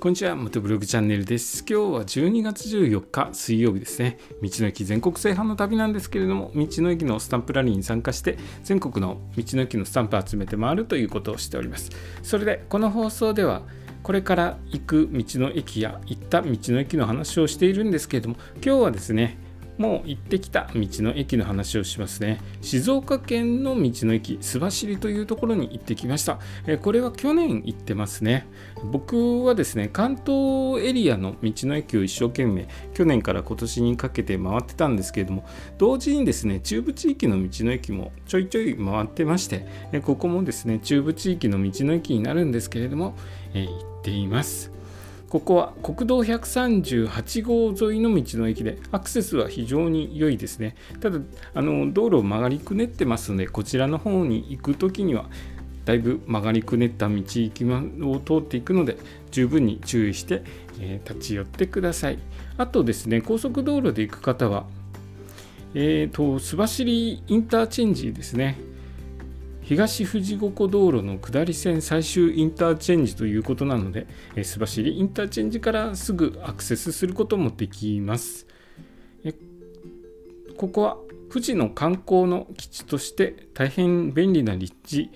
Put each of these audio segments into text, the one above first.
こんにちは、元ブログチャンネルです。今日は12月14日水曜日ですね。道の駅全国制覇の旅なんですけれども、道の駅のスタンプラリーに参加して全国の道の駅のスタンプを集めて回るということをしております。それでこの放送ではこれから行く道の駅や行った道の駅の話をしているんですけれども、今日はですね、もう行ってきた道の駅の話をしますね。静岡県の道の駅須走というところに行ってきました。これは去年行ってますね。僕はですね、関東エリアの道の駅を一生懸命去年から今年にかけて回ってたんですけれども、同時にですね、中部地域の道の駅もちょいちょい回ってまして、ここもですね、中部地域の道の駅になるんですけれども、行っています。ここは国道138号沿いの道の駅でアクセスは非常に良いですね。ただ道路を曲がりくねってますので、こちらの方に行くときにはだいぶ曲がりくねった道行きを通っていくので、十分に注意して、立ち寄ってください。あとですね、高速道路で行く方は須走インターチェンジですね。東富士五湖道路の下り線最終インターチェンジということなので、須走インターチェンジからすぐアクセスすることもできます。ここは富士の観光の基地として大変便利な立地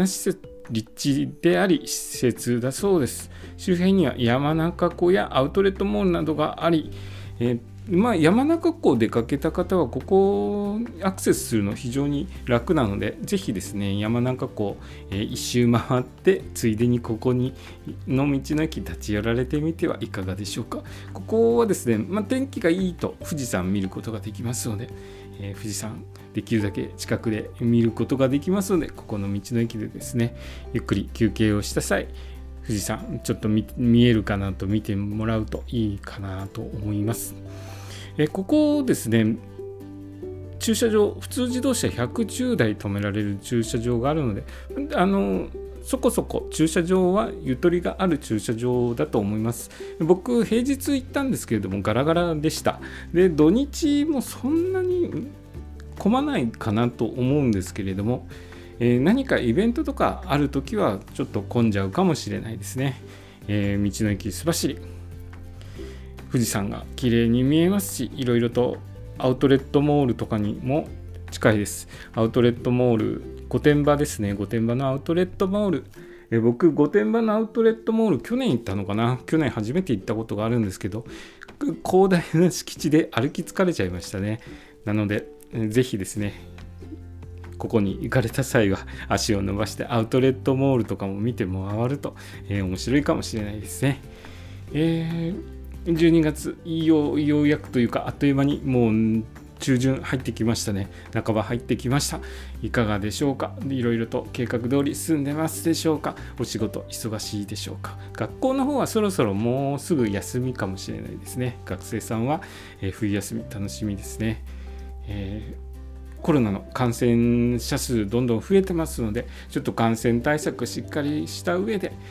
であり施設だそうです。周辺には山中湖やアウトレットモールなどがあり、山中湖を出かけた方はここアクセスするの非常に楽なので、ぜひですね、山中湖、一周回ってついでにここにの道の駅立ち寄られてみてはいかがでしょうか。ここはですね、天気がいいと富士山見ることができますので、富士山できるだけ近くで見ることができますので、ここの道の駅でですね、ゆっくり休憩をした際、富士山ちょっと 見えるかなと見てもらうといいかなと思います。ここですね、駐車場、普通自動車110台止められる駐車場があるので、そこそこ駐車場はゆとりがある駐車場だと思います。僕平日行ったんですけれどもガラガラでした。で、土日もそんなに混まないかなと思うんですけれども、何かイベントとかあるときはちょっと混んじゃうかもしれないですね。道の駅須走、富士山が綺麗に見えますし、いろいろとアウトレットモールとかにも近いです。アウトレットモール、御殿場ですね。御殿場のアウトレットモール。僕、御殿場のアウトレットモール、去年行ったのかな。去年初めて行ったことがあるんですけど、広大な敷地で歩き疲れちゃいましたね。なので、ぜひですね、ここに行かれた際は足を伸ばしてアウトレットモールとかも見て回ると、面白いかもしれないですね。12月ようやくというか、あっという間にもう中旬入ってきましたね。半ば入ってきました。いかがでしょうか。いろいろと計画通り進んでますでしょうか。お仕事忙しいでしょうか。学校の方はそろそろもうすぐ休みかもしれないですね。学生さんは、冬休み楽しみですね。コロナの感染者数どんどん増えてますので、ちょっと感染対策しっかりした上で、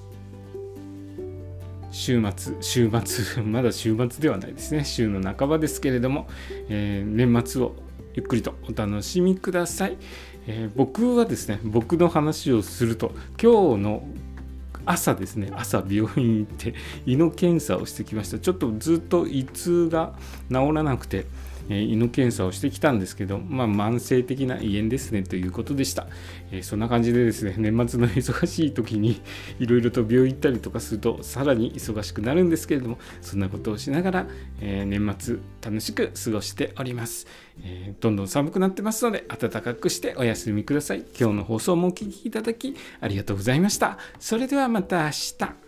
週末まだ週末ではないですね。週の半ばですけれども、年末をゆっくりとお楽しみください。僕はですね、僕の話をすると、今日の朝ですね、朝病院行って胃の検査をしてきました。ちょっとずっと胃痛が治らなくて、胃の検査をしてきたんですけど、慢性的な胃炎ですねということでした。そんな感じでですね、年末の忙しい時にいろいろと病院行ったりとかするとさらに忙しくなるんですけれども、そんなことをしながら、年末楽しく過ごしております。どんどん寒くなってますので暖かくしてお休みください。今日の放送もお聞きいただきありがとうございました。それではまた明日。